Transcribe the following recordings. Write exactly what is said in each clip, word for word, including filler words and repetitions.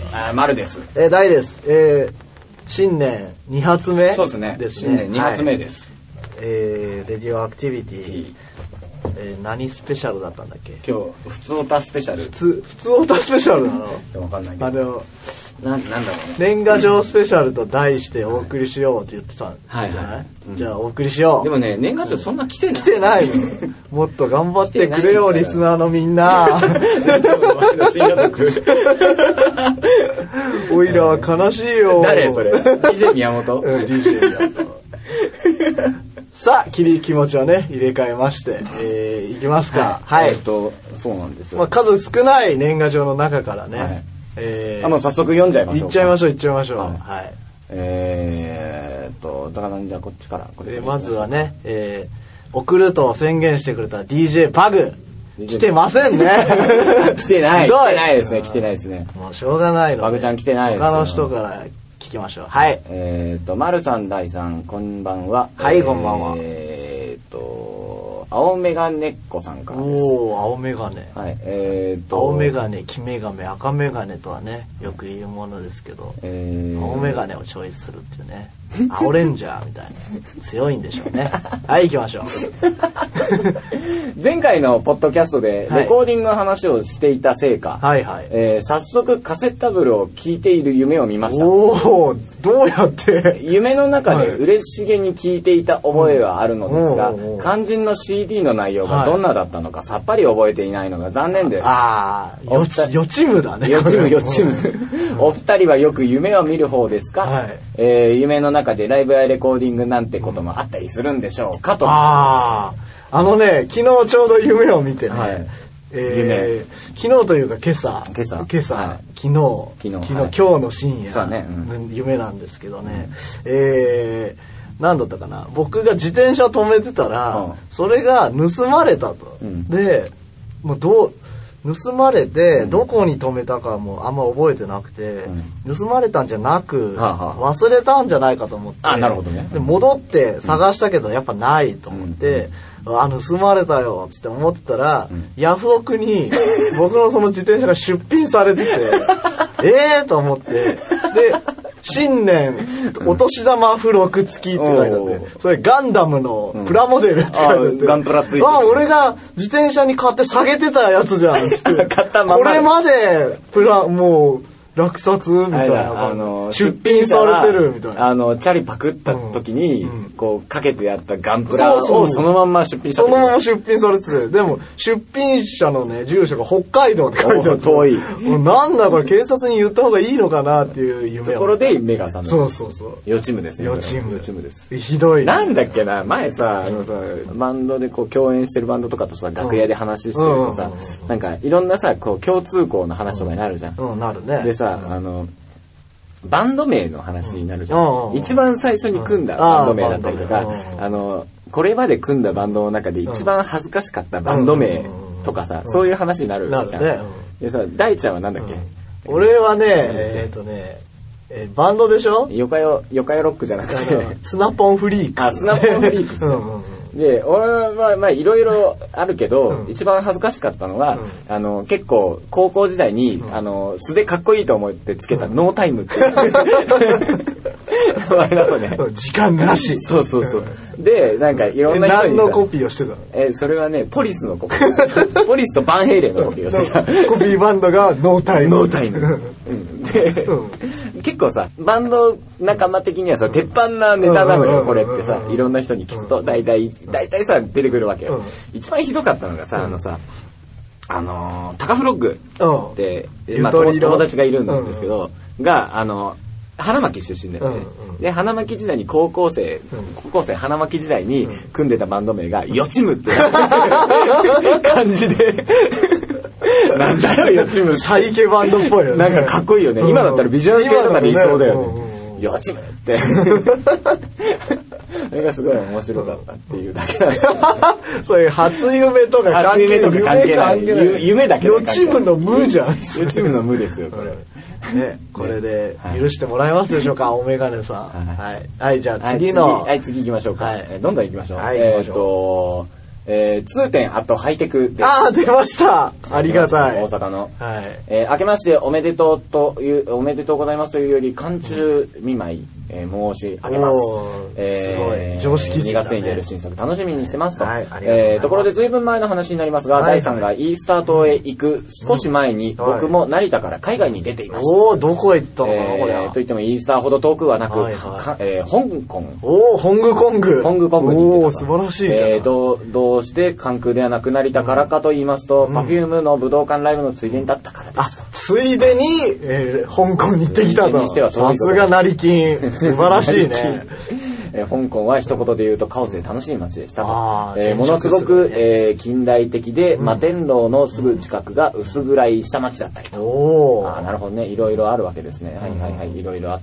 あ、丸です。 えー、大です。えー、新年に発目ですね。 そうですね。新年に発目です。 はい、えー、レディオアクティビティ、えー、何スペシャルだったんだっけ？ 今日、普通オタスペシャル。 普通、普通オタスペシャルなの？ わかんないけど。 あの、 な、なんだろうね。 年賀状スペシャルと題してお送りしようって言ってたんじゃない？ はいはい。 うん、じゃあお送りしよう。 でもね、年賀状そんな来てない。 来てないの。もっと頑張ってくれよ、リスナーのみんな。おいらは悲しいよ。 誰それ？ ディージェー 宮本？ うん、ディージェー 宮本。さあ、切り気持ちをね、入れ替えまして、えー、いきますか。はい。はい、 えっと、そうなんですよ。 まあ、数少ない年賀状の中からね。はい、 えー、あ、もう早速読んじゃいましょう。 いっちゃいましょう、いっちゃいましょう。はい。はい、 えーっと、だからじゃあこっちから。これえー、まずはね、えー、送ると宣言してくれた ディージェー バグ。来てませんね。 来てない。来てないですね。来てないですね。 もうしょうがないので。 バグちゃん来てないです。 他の人から聞きましょう。はい。 えーっと、まるさん、だいさん、こんばんは。 はい、こんばんは。 えーっと、青メガネっ子さんからです。 おー、青メガネ。 はい、えーっと。 青メガネ、黄メガネ、赤メガネとはね、よく言うものですけど、えー、青メガネをチョイスするっていうね。青レンジャーみたいな。強いんでしょうね。はい、行きましょう。 前回のポッドキャストでレコーディングの話をしていたせいか、 はいはい、 えー、早速カセッタブルを聴いている夢を見ました。 おー、どうやって夢の中で嬉しげに聴いていた覚えがあるのですが、うん、肝心の シーディー の内容がどんなだったのかさっぱり覚えていないのが残念です。 ああ、予知夢だね。 予知夢、予知夢。お二人はよく夢を見る方ですか？はい、えー、夢の中でライブやレコーディングなんてこともあったりするんでしょうかと。 ああ、あのね、昨日ちょうど夢を見てね、はい、えー、昨日というか今朝、 今朝、 今朝、はい、昨日、昨日、昨日、はい、今日の深夜の、ね、うん、夢なんですけどね、うん、えー、なんだったかな、僕が自転車止めてたら、うん、それが盗まれたと。うん、で、もうどう、盗まれて、どこに止めたかもあんま覚えてなくて、うん、盗まれたんじゃなく、はあはあ、忘れたんじゃないかと思って、 あ、なるほどね。 で戻って探したけど、やっぱないと思って、うん、あ、盗まれたよ、つって思ってたら、うん、ヤフオクに僕のその自転車が出品されてて、えーと思って、で、新年、お年玉付録付きって書いてあって、それガンダムのプラモデルって書いてあって、 うん、ガンプラついてる。 あ、俺が自転車に買って下げてたやつじゃんって。 買ったまま。 これまで、プラ、もう、落札みたいな。 あの、 出品されてるみたいな。 あの、チャリパクった時に、うん、こう、かけてやったガンプラをそのまんま出品されてる。 そのまま出品されてて、でも、出品者のね、住所が北海道って書いてあって。 遠い。 もうなんだこれ、警察に言った方がいいのかなっていう夢を。 ところで、目が覚める。 そうそうそう。 予知夢ですね。 予知夢。 予知夢です。 ひどい。 なんだっけな、前さ、あのさ、バンドでこう、共演してるバンドとかとさ、楽屋で話してるとさ、なんか、いろんなさ、こう、共通項の話とかになるじゃん。 うん、なるね。 でさ、あの、バンド名の話になるじゃん。うん、一番最初に組んだバンド名だったりとか、あの、これまで組んだバンドの中で一番恥ずかしかったバンド名とかさ、そういう話になるじゃん。なるね。でさ、大ちゃんはなんだっけ？ うん、俺はね、えっとね、えー、バンドでしょ？ よかよ、よかよロックじゃなくて。 スナポンフリーク。 あ、スナポンフリーク。うんうんで、俺はまあいろいろあるけど、うん、一番恥ずかしかったのは、うん、あの結構高校時代に、うん、あの素でかっこいいと思ってつけた、うん、ノータイムっていうあれだとね、 時間なし。 そうそうそう。で、なんかいろんな人に何のコピーをしてたの？ え、それはね、ポリスのコピー。ポリスとバンヘイレンのコピーをしてた。 コピーバンドがノータイム。 ノータイム。うん、で、うん、結構さ、バンド仲間的にはさ、鉄板なネタなのよ、これってさ、いろんな人に聞くと、大体、大体さ、出てくるわけよ。うん、一番ひどかったのがさ、うん、あのさ、あのー、タカフロッグって、うん、まあ、友達がいるんですけど、うん、が、あの、花巻出身だよね、うんうん。で、花巻時代に高校生、うん、高校生花巻時代に組んでたバンド名が、予知夢って感じで、なんだよ、予知夢。 サイケバンドっぽいよね。 なんかかっこいいよね。うん、今だったらビジュアル系とかでいそうだよね。予知夢って。それがすごい面白かったっていうだけなんですよ、ね。 そういう初夢とか関係ない。 初夢とか関係ない。夢, 夢だけど。 予知夢の無じゃん。 予知夢の無ですよ、これ。 ね、これで許してもらえますでしょうか、青メガネさん。はい。はい、じゃあ次の。 はい、次行きましょうか。はい、どんどん行きましょう。 はい、 えっと、 えー、通天アットハイテクで。 ああ、出ました。ありがたい。 大阪の。 はい。 えー、明けましておめでとうという、おめでとうございますというより、寒中見舞い、えー、申し上げます。えー、 すごい。常識人だね。 にがつに出る新作楽しみにしてますと。 はい、ありがとうございます。 えー、ところで随分前の話になりますが、はいはい、ダイさんがイースター島へ行く少し前に、僕も成田から海外に出ていました。 おー、どこへ行ったのかな、 えー、 これ。 といってもイースターほど遠くはなく、はいはい、えー、香港。 おー、ホングコング。 ホングコングに行ってた。 おー、素晴らしい。 えー、どう、どうして関空ではなく成田からかと言いますと、パフュームの武道館ライブのついでにだったからです。 あ、ついでに、えー、香港に行ってきたと。さすが成金。素晴らしいね。 えー、香港は一言で言うとカオスで楽しい街でしたと。えー、ものすごく、えー、近代的で、うん、摩天楼のすぐ近くが薄暗い下町だったりと。おー。あ、なるほどね。いろいろあるわけですね。はいはいはい。いろいろあって。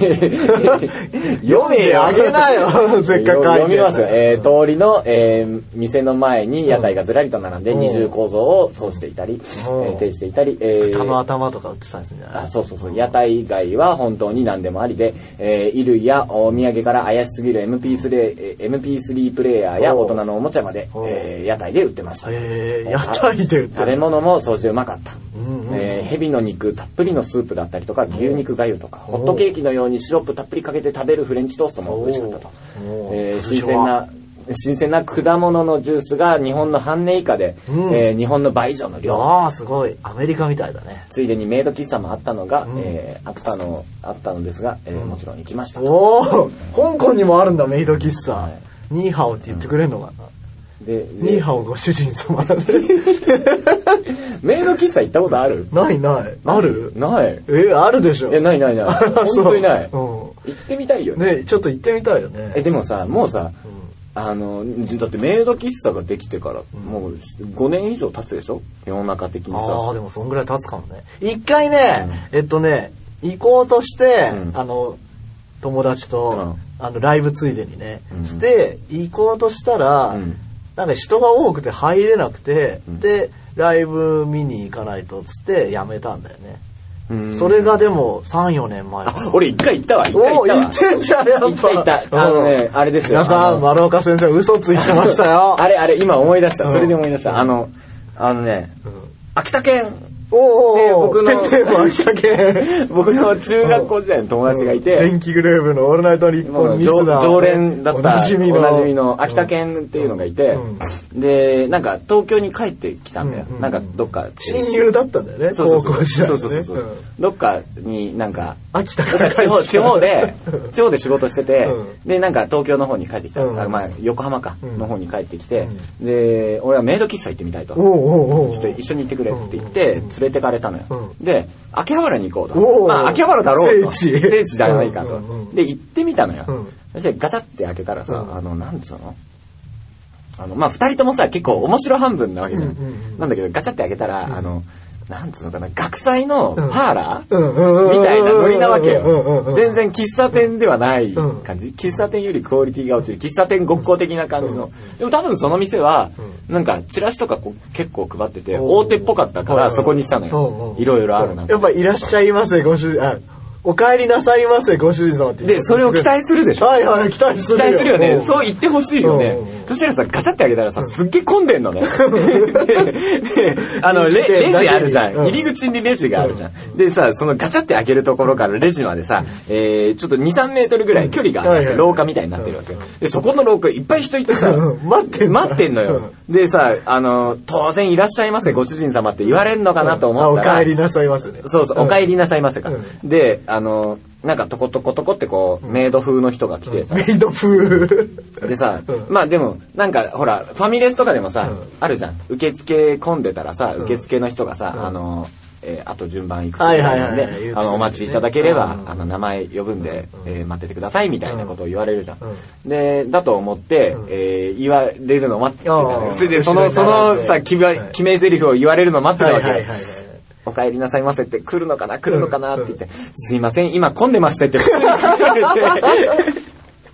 読めあげなよ。せっかく書いて。 読みますよ。えー、通りの、えー、店の前に屋台がずらりと並んで、二重構造をそうしていたり、えー、呈していたり、えー、豚の頭とか売ってたんですね。 あ、そうそうそう。屋台街は本当に何でもありで、えー、衣類やお土産から怪しすぎる エムピースリー、エムピースリー プレイヤーや大人のおもちゃまで、えー、屋台で売ってました。 えー、屋台で売ってる。 食べ物も掃除でうまかった。うんうん、えー、蛇の肉たっぷりのスープだったりとか、牛肉がゆとか、ホットケーキのようにシロップたっぷりかけて食べるフレンチトーストも美味しかったと。えー、新鮮な新鮮な果物のジュースが日本の半値以下で、うん、えー、日本の倍以上の量。 ああ、すごい。アメリカみたいだね。 ついでにメイド喫茶もあったのが、うん、えー、あったの、あったのですが、えー、もちろん行きましたと。 おお、香港にもあるんだ、メイド喫茶。はい、ニーハオって言ってくれるのかな。うん、で、でニーハオご主人様だね。 メイド喫茶行ったことある？ ないない。ある？ ない。 え、あるでしょ。 え、ないないない。本当にない。うん、行ってみたいよね。ね、ちょっと行ってみたいよね。 え、でもさ、もうさ、あの、だってメイド喫茶ができてから、もうごねん以上経つでしょ？世の中的にさ。 ああ、でもそんぐらい経つかもね。一回ね、うん、えっとね、行こうとして、うん、あの、友達と、うん、あの、ライブついでにね、うん、して、行こうとしたら、うん、なんか人が多くて入れなくて、うん、で、ライブ見に行かないとつってやめたんだよね。それがでもさん、よねんまえ。 あ、俺一回行ったわ、一回行ったわ。 お、行ってんじゃん、やっぱ。 行った行った。あのね、あれですよ。 皆さん、丸岡先生嘘ついてましたよ。 あれあれ、今思い出した。それで思い出した。あの、あのね、秋田県。 おーおー、僕の、秋田県。 僕の中学校時代の友達がいて、 電気グループのオールナイトニッポンリスナー常連だった、おなじみの、おなじみの秋田県っていうのがいて、で、なんか東京に帰ってきたんだよ。なんかどっか。 親友だったんだよね、高校時代。 そうそうそう。どっかになんか、 秋田から地方、地方で、地方で仕事してて、で、なんか東京の方に帰ってきた。まあ、横浜か、の方に帰ってきて、で、俺はメイド喫茶行ってみたいと。ちょっと一緒に行ってくれって言って、連れてかれたのよ。うん、で、秋葉原に行こうと。まあ、秋葉原だろうと。聖地。聖地じゃないかと。うんうん、で、行ってみたのよ。うん、そしてガチャって開けたらさ、うん、あの、なんつうのあの、まあ、二人ともさ、結構面白半分なわけじゃん。うんうんうん、なんだけど、ガチャって開けたら、うん、あの、なんつうのかな、学祭のパーラーみたいなノリなわけよ。全然喫茶店ではない感じ。喫茶店よりクオリティが落ちる。喫茶店ごっこ的な感じの。でも多分その店は、なんかチラシとかこう結構配ってて、大手っぽかったからそこにしたのよ。いろいろあるな。 やっぱいらっしゃいませ、ご主人。お帰りなさいませ、ご主人様って。 で、それを期待するでしょ。 はいはい、期待するよ。 期待するよね。そう言ってほしいよね。そしたらさ、ガチャって開けたらさ、すっげえ混んでんのね。で、あの、レ、レジあるじゃん。入り口にレジがあるじゃん。でさ、そのガチャって開けるところからレジまでさ、えー、ちょっとに、さんメートルぐらい距離があって、廊下みたいになってるわけよ。で、そこの廊下いっぱい人いてさ、 待ってん待ってんのよ。でさ、あの、当然いらっしゃいませ、ご主人様って言われんのかなと思ったら。 お帰りなさいませね。 そうそう、お帰りなさいませか。で、あの、なんかトコトコトコってこう、メイド風の人が来てさ。 メイド風でさ、まあでも、なんかほら、ファミレスとかでもさ、あるじゃん。受付混んでたらさ、受付の人がさ、あの、えー、あと順番いくつかなんで、あの、お待ちいただければ、あの、名前呼ぶんで、えー、待っててくださいみたいなことを言われるじゃん。で、だと思って、えー、言われるの待ってたの。それで、その、そのさ、決め台詞を言われるの待ってたわけよ。お帰りなさいませって来るのかな来るのかなって言って、すいません今混んでましたって普通に来られて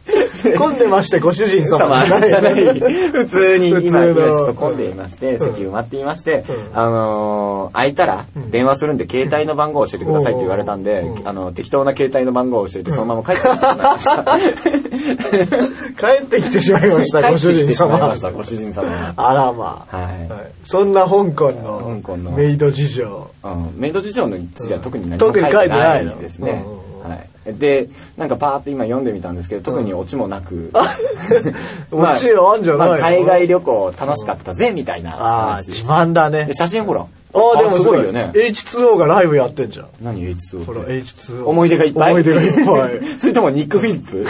混んでましてご主人様じゃない。普通に、今、今ちょっと混んでいまして、席埋まっていまして、あのー、空いたら電話するんで、携帯の番号を教えてくださいって言われたんで、あの、適当な携帯の番号を教えて、そのまま帰ってきてしまいました。 帰ってきてしまいました、ご主人様。 帰ってきてしまいました、ご主人様。 あらまあ。はい。そんな香港のメイド事情。 メイド事情の次は特に何も書いてないですね。はい。で、なんかパーって今読んでみたんですけど、特にオチもなく。 オチあんじゃないの？ 海外旅行楽しかったぜ、みたいな。 ああ、自慢だね。 写真ほら。 ああ、でもすごいよね。エイチツーオー がライブやってんじゃん。 何 エイチツーオー？ ほら、エイチツーオー。 思い出がいっぱい。 思い出がいっぱい。 それともニック・フィリップ？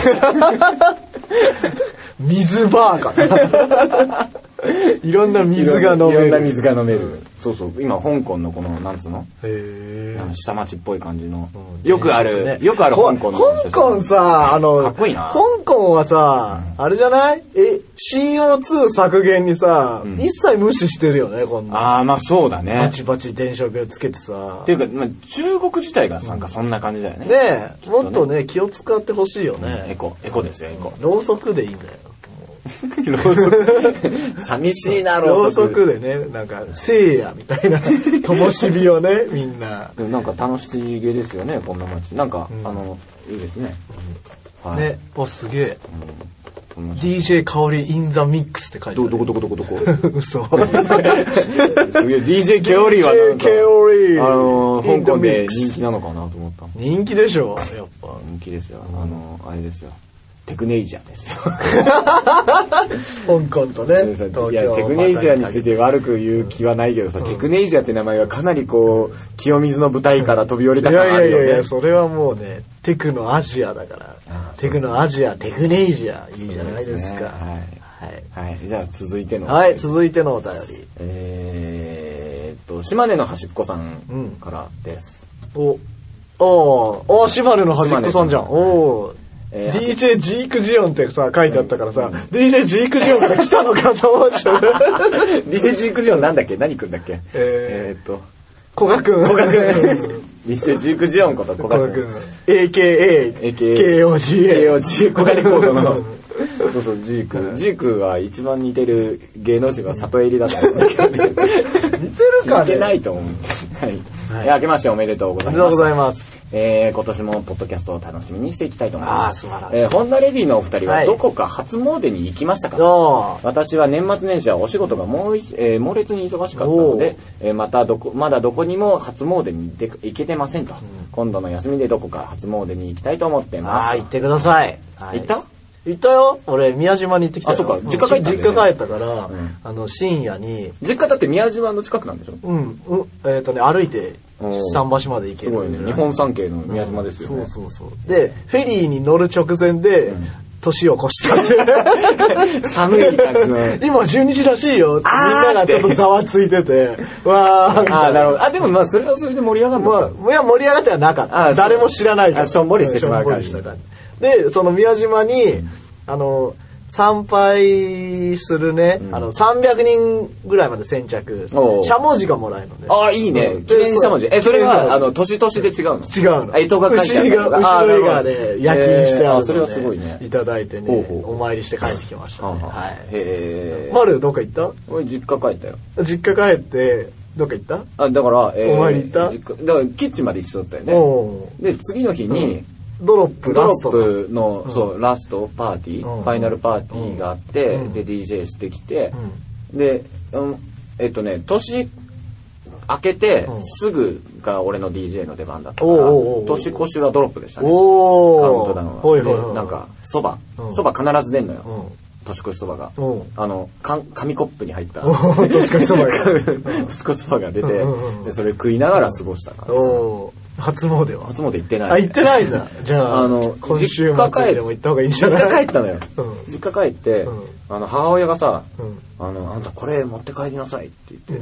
水バーかな。いろんな水が飲める。 いろんな水が飲める。そうそう。今、香港のこの、なんつうの？へー。下町っぽい感じの。よくある、よくある香港の。 香港さ、あの、 かっこいいな。 香港はさ、あれじゃない？え、シーオーツー 削減にさ、一切無視してるよね、こんな。 ああ、まあそうだね。 バチバチ電飾つけてさ。 っていうか、まあ中国自体がなんかそんな感じだよね。 ねえ、もっとね、気を使ってほしいよね。 エコ、エコですよ、エコ。 ろうそくでいいんだよ。 ろうそく寂しいな、ろうそく。 ろうそくでね、なんか、聖夜みたいな、灯火をね、みんな。 でもなんか楽しげですよね、こんな街。なんか、あの、いいですね。 ね、お、すげえ。ディージェー 香り in the mix って書いてある。 どこどこどこどこ嘘。 すげえ、ディージェー 香りはなんか、あの、香港で人気なのかなと思った。 人気でしょ、やっぱ。 人気ですよ。あの、あれですよ。テクネイジアですよ。 香港とね、 いや、テクネイジアについて悪く言う気はないけどさ、うん、テクネイジアって名前はかなりこう、清水の舞台から飛び降りた感あるよね。いやいやいや、 それはもうね、テクノアジアだから。テクノアジア、テクネイジア、いいじゃないですか。すね、 はい。はい。はい。じゃあ続いての。 はい、続いてのお便り。 えーっと、島根の端っこさんからです。 うん、お、おー、おー、島根の端っこさんじゃん。おー。えー、ディージェー ジークジオンってさ、書いてあったからさ、うん、ディージェー ジークジオンから来たのかと思っちゃう。 ディージェー ジークジオンなんだっけ？何くんだっけ？ えー、 えー、っと、 古賀くん。 古賀くん。ディージェー ジークジオンこと古賀くん。 エーケーエー、ケーオージーエー。 ケーオージーエー、古賀レコードの。そうそう、ジーク。ジークは一番似てる芸能人は里襟だと思うんだけどね。似てるかね？ 似てないと思う。はい。はい、明けましておめでとうございます。 おめでとうございます。 えー、今年もポッドキャストを楽しみにしていきたいと思います。 あ、素晴らしい。 えー、ホンダレディのお二人はどこか初詣に行きましたか？はい、私は年末年始はお仕事がもう、えー、猛烈に忙しかったので、えー、またどこ、まだどこにも初詣に行けてませんと、うん。今度の休みでどこか初詣に行きたいと思っています。 あー、行ってください。 はい、行った？ 行ったよ。俺、宮島に行ってきたよ。 あ、そっか。実家帰った、ね、 実家帰ったから、うん、あの、深夜に。 実家だって宮島の近くなんでしょ？ うん。うん、えっ、ー、とね、歩いて、桟橋まで行ける。 すごいね。日本三景の宮島ですよね。 うん、そうそうそう。で、フェリーに乗る直前で、うん、年を越したって。 寒い感じの。 今じゅうにじらしいよ。みんながちょっとざわついてて。わー。 あー、なるほど。あ、でもまあ、それはそれで盛り上がるのか。 まあ、いや、盛り上がってはなかった。誰も知らないから。 しょんぼりしてしまう感じ。 で、その宮島に、うん、あの、参拝するね、うん、あの、さんびゃくにんぐらいまで先着。しゃもじがもらえるのね。 ああ、いいね。記念しゃもじ。え、それは、あの、年々で違うの？ 違うの。 え、糸が書いてあるの？ 後ろ絵がね、夜勤してあるので、 あ、それはすごいね。 いただいてね、お参りして帰ってきましたね。はい。 へー。マルどっか行った？ 俺実家帰ったよ。 実家帰って、どっか行った？ あ、だから、 えー、お参り行った？ だからキッチンまで一緒だったよね。で、次の日に、うんドロップ、 ドロップの、そう、ラストパーティー、ファイナルパーティーがあって、で、ディージェー してきて、で、えっとね、年明けて、すぐが俺の ディージェー の出番だったから、年越しはドロップでしたね。カウントダウンは。で、なんか、蕎麦、蕎麦必ず出んのよ。年越しそばが。あの、紙コップに入った。 年越しそばが。 年越しそばが出て、で、それ食いながら過ごしたから。 初詣は初詣行ってない。 あ、行ってないんだ。じゃあ、あの、今週末でも行った方がいいんじゃない？ 実家帰ったのよ。実家帰って、あの、母親がさ、あの、あんたこれ持って帰りなさいって言って、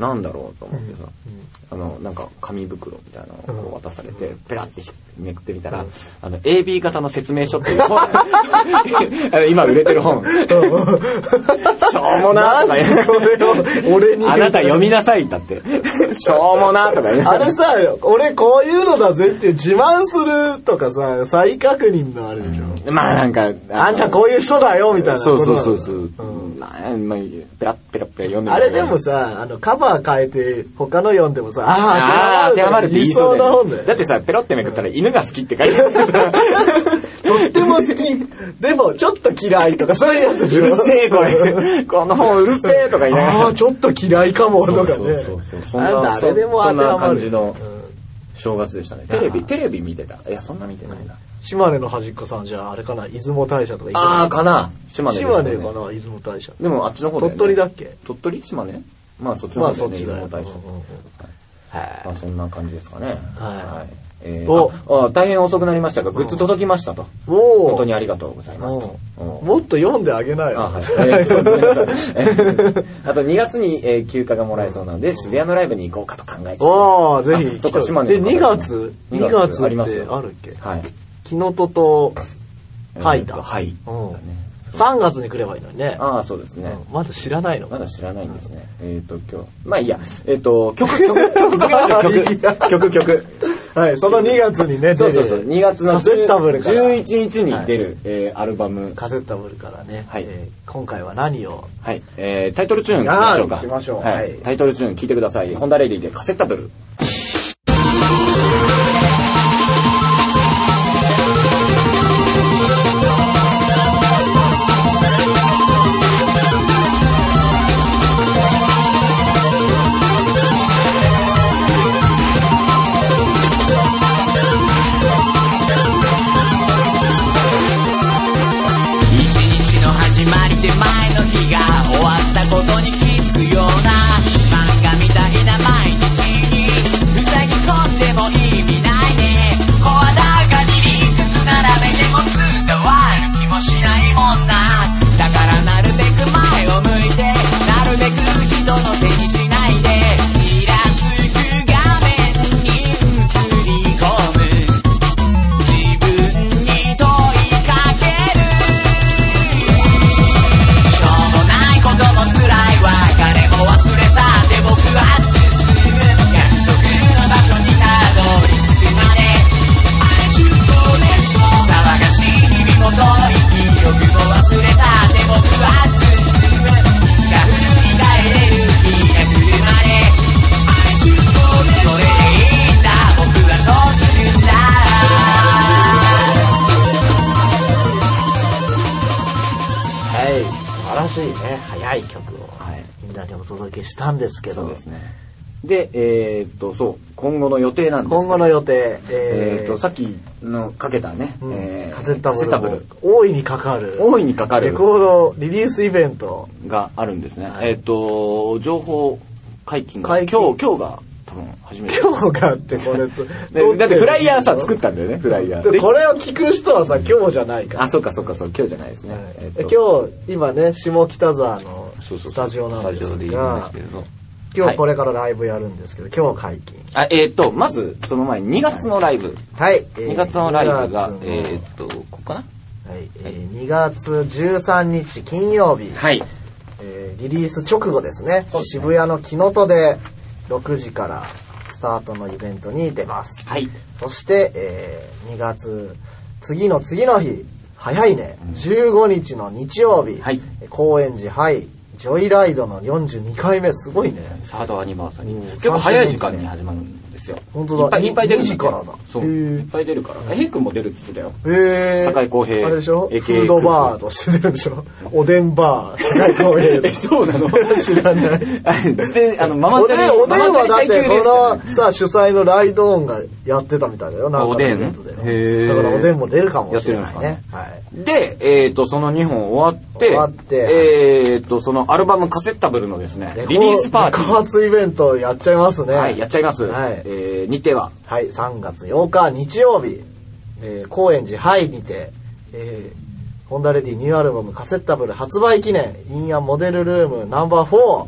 なんだろうと思ってさ、あのなんか紙袋みたいなのをこう渡されて、ペラってめくってみたら、あの エービー 型の説明書っていう本今売れてる本しょうもなとか俺にあなた読みなさいだってしょうもなとかあれさ、俺こういうのだぜって自慢するとかさ、再確認のあれでしょ、 うん、まあなんかあんたこういう人だよみたいなそうそうそうそう、うん、まあペラッペラッペラ読んであれでもさ、あのカバー変えて他の読んでもさ、 ああ当てはまるって言いそうだよね。だってさ、ペロってめくったら犬が好きって書いてあるとっても好きでもちょっと嫌いとかそういうやつでしょ。 うるせえこれこの本うるせえとか言いながら、 ああちょっと嫌いかもとかね。 そうそうそう、そんな誰でも当てはまる、そんな感じの正月でしたね。テレビテレビ見てた。いやそんな見てないな。 島根の端っこさんじゃあれかな、出雲大社とか行ってああかな、島根ですね。 島根かな、出雲大社。 でもあっちの方だよね。 鳥取だっけ？ 鳥取島根？まあそっちの方だよね、出雲大社。まあそんな感じですかね。はい。はい、えー、あ大変遅くなりましたがグッズ届きましたと。お本当にありがとうございますと。 もっと読んであげないよ。あ、はい。 えー、あとにがつに、えー、休暇がもらえそうなので渋谷のライブに行こうかと考えています。 ああぜひ。 そっか島根の。 でにがつにがつってあるっけ？はい。キノトとハイだ。 はい。 さんがつに来ればいいのにね。 ああそうですね、 うん。まだ知らないの？ まだ知らないんですね。えっ、ー、と今日まあいいや。えっ、ー、と曲曲曲曲曲曲はい。そのにがつにね。 そうそうそう。にがつのカセッタブルからじゅういちにちに出る、はい、えー、アルバムカセッタブルからね。はい。えー、今回は何を？ はい。えー、タイトルチューン聞きましょうか。 聞きましょう。 はい。はい、タイトルチューン聞いてください。ホンダレディでカセッタブル。 したんですけど。 そうですね。で、えー、っと、そう、今後の予定なんですけど。 今後の予定。 えー、えー、っと、さっきのかけたね、 うんえー、 カセッタブル。大いにかかる。 大いにかかる。 レコードリリースイベント。 があるんですね。はい、えー、っと、情報解禁が、今日、今日が多分初めて。 今日があってこれと。 だってフライヤーさ、作ったんだよね、フライヤー。 でこれを聞く人はさ、今日じゃないから。 あ、そっかそっかそう、今日じゃないですね。はい、 えー、今日、今ね、下北沢のスタジオなんですが、 スタジオでいるんですけれど。 今日これからライブやるんですけど、はい、今日解禁。 あ、えっ、ー、と、まず、その前ににがつのライブ。 はい。 えー、にがつのライブが、えっ、ー、と、ここかな？ はい。えー、にがつじゅうさんにち金曜日。 はい。 えー、リリース直後ですね。ですね渋谷の木の戸でろくじからスタートのイベントに出ます。 はい。 そして、えー、にがつ、次の次の日、早いね。うん、じゅうごにちの日曜日。はい。高円寺ハイ。ジョイライドのよんじゅうにかいめ、すごいね。 サードアニバーサリー。結構早い時間に始まるんですよ。 本当だ。 いっぱい出る。 にじからだ。 そう。いっぱい出るから。ヘイ君も出るって言ってたよ。 へー。坂井公平。 あれでしょ？フードバーとして出るんでしょ？おでんバー、坂井公平。 え、そうなの？ 知らない。 自転、あの、ママチャリ。 おでんはだって、このさ、主催のライドオンがやってたみたいだよ。 おでん？へー。だからおでんも出るかもしれないね。やってるんですかね。 はい。で、えっと、そのにほん終わって、 終わって、 えっと、そのアルバムカセッタブルのですね、リリースパーティー。 爆発イベントやっちゃいますね。 はい、やっちゃいます。はい。えー、日程ははい、さんがつようか日曜日、えー、高円寺ハイにて、えー、ホンダレディニューアルバムカセッタブル発売記念、インアモデルルームナンバーフォー、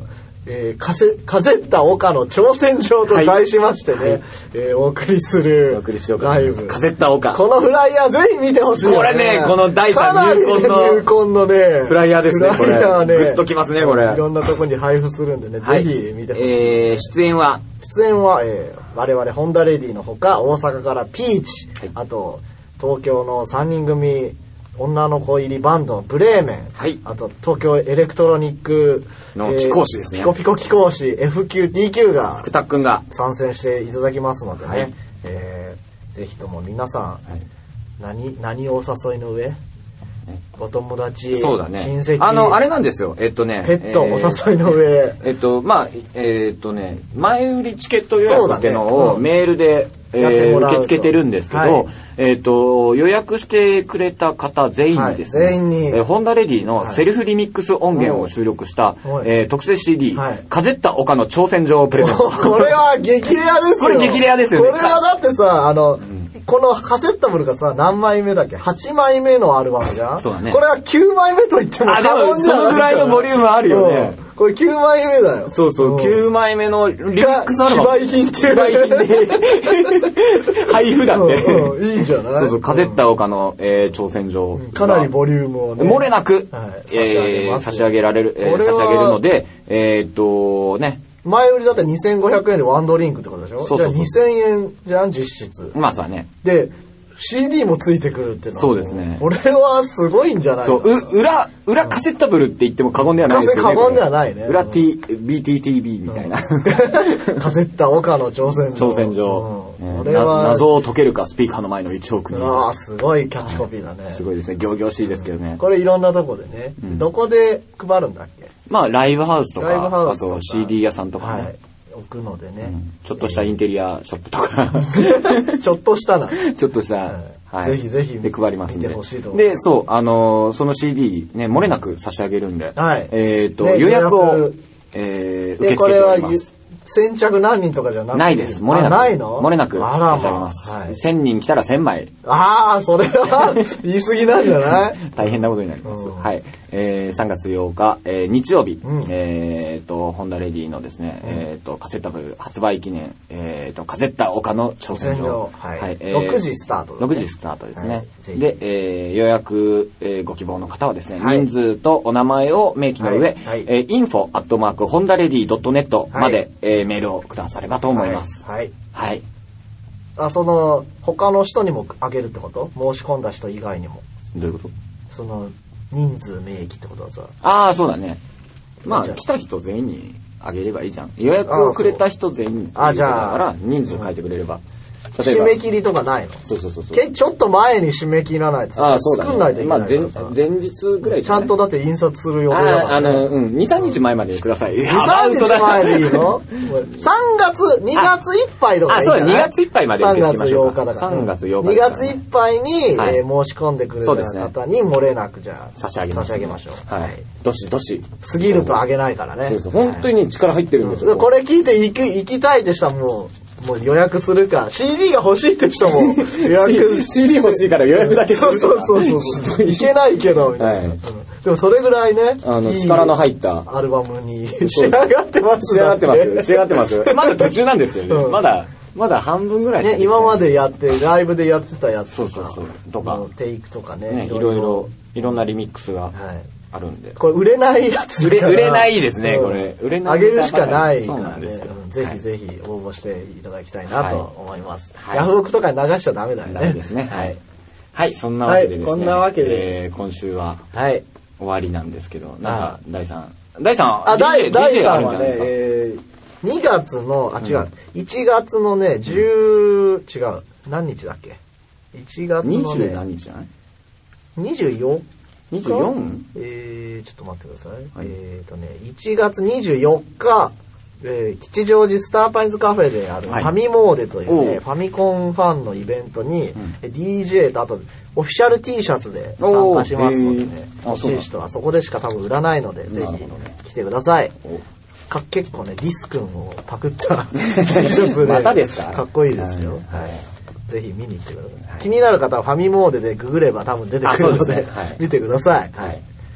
えー、カセカゼッタ岡の挑戦状と題しましてね、はい、えー、お送りするお送りしようかライブカゼッタ岡、 このフライヤーぜひ見てほしい、ね、 これね、このだいさん入魂の入魂のねフライヤーですね。これフライヤーね、グッときますねこれ。 いろんなとこに配布するんでね、はい、ぜひ見てほしい、ね。 えー、出演は出演は、えー、我々ホンダレディのほか大阪からピーチ、はい、あと東京のさんにん組女の子入りバンドのブレーメン、 はい、 あと東京エレクトロニックの貴公子ですね、 えー、ピコピコ貴公子 エフキューティーキュー が福田くんが参戦していただきますのでね、 はい、 えー、ぜひとも皆さん、はい、何何をお誘いの上、お友達、 そうだね、 親戚、 あのあれなんですよ、えっとね、 ペットお誘いの上、 えっとまあえっとね前売りチケット予約っていうのをメールで、えー、受け付けてるんですけど、はい、えっと予約してくれた方全員にですね、はい、全員に、えー、ホンダレディのセルフリミックス音源を収録した、はい、えー、特製 シーディー、はい、カゼッタ岡の挑戦状をプレゼント。 これは激レアですよ。 これ激レアですよね。 これはだってさ、あの、うん、このカセッタブルがさ、何枚目だっけ ?はち 枚目のアルバムじゃん。 そうだね。 これはきゅうまいめと言っても過言じゃない。 あ、でもそのぐらいのボリュームあるよね。 うん、これきゅうまいめだよ。 そうそう、きゅうまいめのリミックスアルバム。 非売品って。 非売品で。配布だって、 うんうん。いいじゃない。 そうそう、カゼッタ岡の、えー、挑戦状。 かなりボリュームをね。 漏れなく、はい、えー、差し上げられる、えー、差し上げるので、えー、っと、ね。 前売りだったらにせんごひゃくえんでワンドリンクってことでしょ。そうそうそう。じゃあにせんえんじゃん、実質。 まあそうだね。 で、シーディー もついてくるっていうのは。 そうですね。 これはすごいんじゃないそう、う、裏、裏カセッタブルって言っても過言ではないですよね。 過言ではないね。 裏 T、ビーティーティービー みたいな。 カセッタ岡の挑戦状。 挑戦状。これは謎を解けるか、スピーカーの前のいちおくにん。 ああ、すごいキャッチコピーだね。 すごいですね。仰々しいですけどね。 これいろんなとこでね。どこで配るんだっけ？ まあ、ライブハウスとか、あと シーディー 屋さんとかね。 置くのでね、 ちょっとしたインテリアショップとか。 ちょっとしたな。 ちょっとした。 はい、ぜひぜひで配りますんで。 見てほしいと思います。 で、そう、あのー、その シーディーね、漏れなく差し上げるんで、 はい、 えっ、ー、と、ね、予約を、えー、受け付けております。 先着何人とかじゃなくてないです。漏れなく。 ないの？ 漏れなく差し上げます。 はい、せんにん来たらせんまい。 ああ、それは言い過ぎなんじゃない大変なことになります。はい。えー、さんがつようか、えー、日曜日、うん、えっ、ー、と、ホンダレディのですね、うん、えっ、ー、と、カセッタブル発売記念、えっ、ー、と、カゼッタ岡の挑戦状。 はい。はい、えー、ろくじスタート、ね。 ろくじスタートですね。はい、で、えー、予約、えー、ご希望の方はですね、はい、人数とお名前を明記の上、はいはい、えー、インフォ アットマークホンダレディドットネット まで、はい、えー、メールをくださればと思います。 はい。はい。 はい、 あ、その、他の人にもあげるってこと？申し込んだ人以外にも。 どういうこと？ その、人数名義ってことはさ。 ああ、そうだね。まあ、来た人全員にあげればいいじゃん。予約をくれた人全員にあげればだから人数書いてくれれば。 締め切りとかないの？ そうそうそうそう。 けちょっと前に締め切らないとああ、そうだね。 作んないといけないからさ。まあ、前、前日ぐらいちゃんとだって印刷する予定だから、ね。 ああ、あの、うん、に、さんにちまえまでください。に、 さんにちまえでいいの？さんがつ、にがついっぱいとかいいんじゃない？ あ、そうだ、にがついっぱいまで受け付けましょうか。 さんがつようかだから。 さんがつようか。 にがついっぱいに、はい、えー、申し込んでくれた方に漏れなくじゃあ、 差し上げます。 差し上げましょう。 はい。どしどし。 過ぎるとあげないからね。 そうそう。本当に力入ってるんですよ。 これ聞いて行く、行きたいって人はもう、もう予約するか シーディー が欲しいって人も予約シーディー 欲しいから予約だけするそうそうそうそういけないけどみたいな、はい、でもそれぐらいねあの力の入ったアルバムに仕上がってます仕上がってます仕上がってますまだ途中なんですよね、うん、まだまだ半分ぐらいね今までやってライブでやってたやつとかそうそうそうとかテイクとかね、 ねいろいろいろんなリミックスが、はいあるんでこれ売れないやつ売れ売れないですね、うん、これ売れないあげるしかないからね、 うん、 ぜひぜひ応募していただきたいなと思います、はい、ヤフオクとかに流しちゃダメだよねダメですねはい、はい、そんなわけでですね、 はい、こんなわけで、 えー、今週ははい終わりなんですけどなんか大さん大さんあ大さんはね、 えー、にがつのあ違う、うん、いちがつのねじゅう違う何日だっけいちがつのねにじゅう何日じゃないにじゅうよっかにじゅうよん? えー、ちょっと待ってください。はい、えーとね、いちがつにじゅうよっか、えー、吉祥寺スターパインズカフェであるファミモーデというね、はい、ファミコンファンのイベントに、うん、ディージェー とあとオフィシャル T シャツで参加しますのでね、欲しい人はそこでしか多分売らないので、ぜひ来てください。か結構ね、リス君をパクった T シャツで、 またですか？ かっこいいですよ。はい。ぜひ見に来てください、はい、気になる方はファミモーデでググれば多分出てくるので、ねはい、見てください、はい、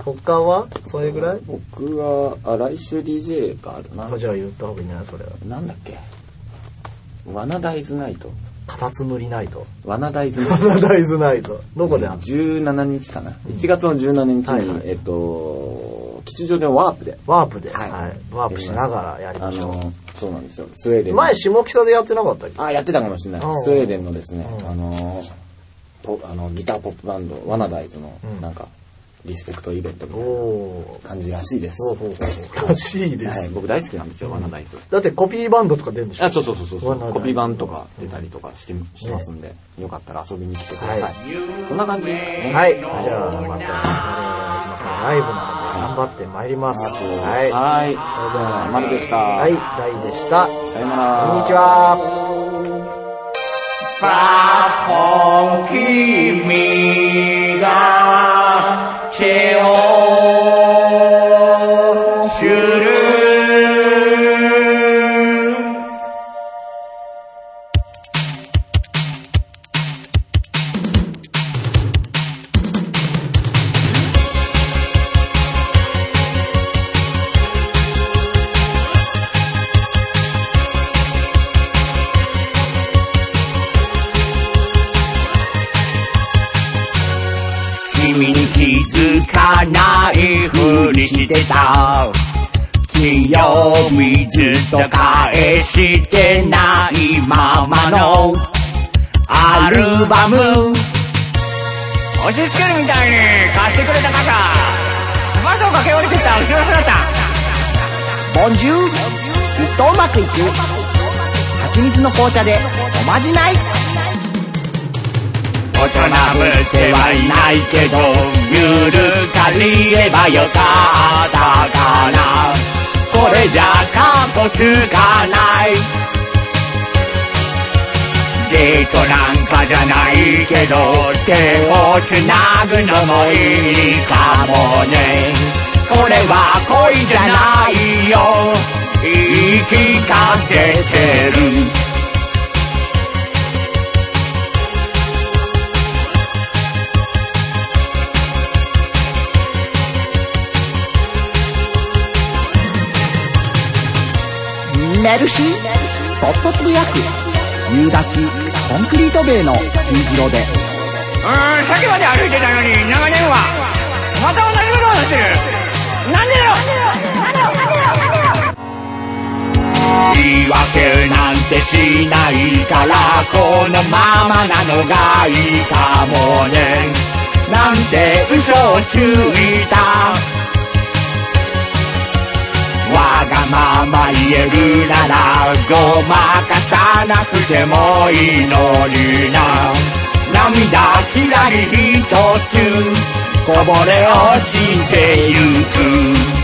他はそれぐらい？ 僕は、あ、来週 ディージェー があるな。 じゃあ言った方がいいんじゃないそれは。 なんだっけ？ワナダイズナイト。 カタツムリナイト。 ワナダイズナイト。 ワナダイズナイト。どこであるの？ じゅうしちにちかな。いちがつのじゅうしちにちに、はいはい、えっと、吉祥寺のワープで。 ワープで。はい。はい、ワープしながらやりましょう。あの、 そうなんですよ。スウェーデン。 前、下北でやってなかったっけ？ あ、やってたかもしれない。スウェーデンのですね、あの、ポあのギターポップバンド、ワナダイズの、なんか、リスペクトイベントみたいな感じらしいです。 らしいです。 はい、僕大好きなんですよ、ワナダイズ。 だってコピーバンドとか出るんでしょ？ あ、そうそうそうそう。コピーバンドとか出たりとかしてしますんで、よかったら遊びに来てください。そんな感じですかね。 はい。じゃあ、また、今からライブなので頑張ってまいります。はい。 はい。それでは、まるでした。 はい、大でした。 さよなら。 こんにちは。 パポン君が手をする君に気づかないふりしてた清水と返してないままのアルバム押し付けるみたいに買ってくれた傘場所を駆け下りてった後ろ姿ボンジュールきっとうまくいく蜂蜜の紅茶でおまじない大人ぶってはいないけどゆるかりればよかったかなこれじゃカッコつかないデートなんかじゃないけど手をつなぐのもいいかもねこれは恋じゃないよ言い聞かせてるメルシーそっとつぶやく夕立コンクリート塀の虹色でうーんさっきまで歩いてたのに長年はまた同じことをしてるなんでだよなんでよなんでよなんでよ言い訳なんてしないからこのままなのがいいかもねなんて嘘をついたわがまま言えるならごまかさなくてもいいのにな涙きらりひとつこぼれ落ちてゆく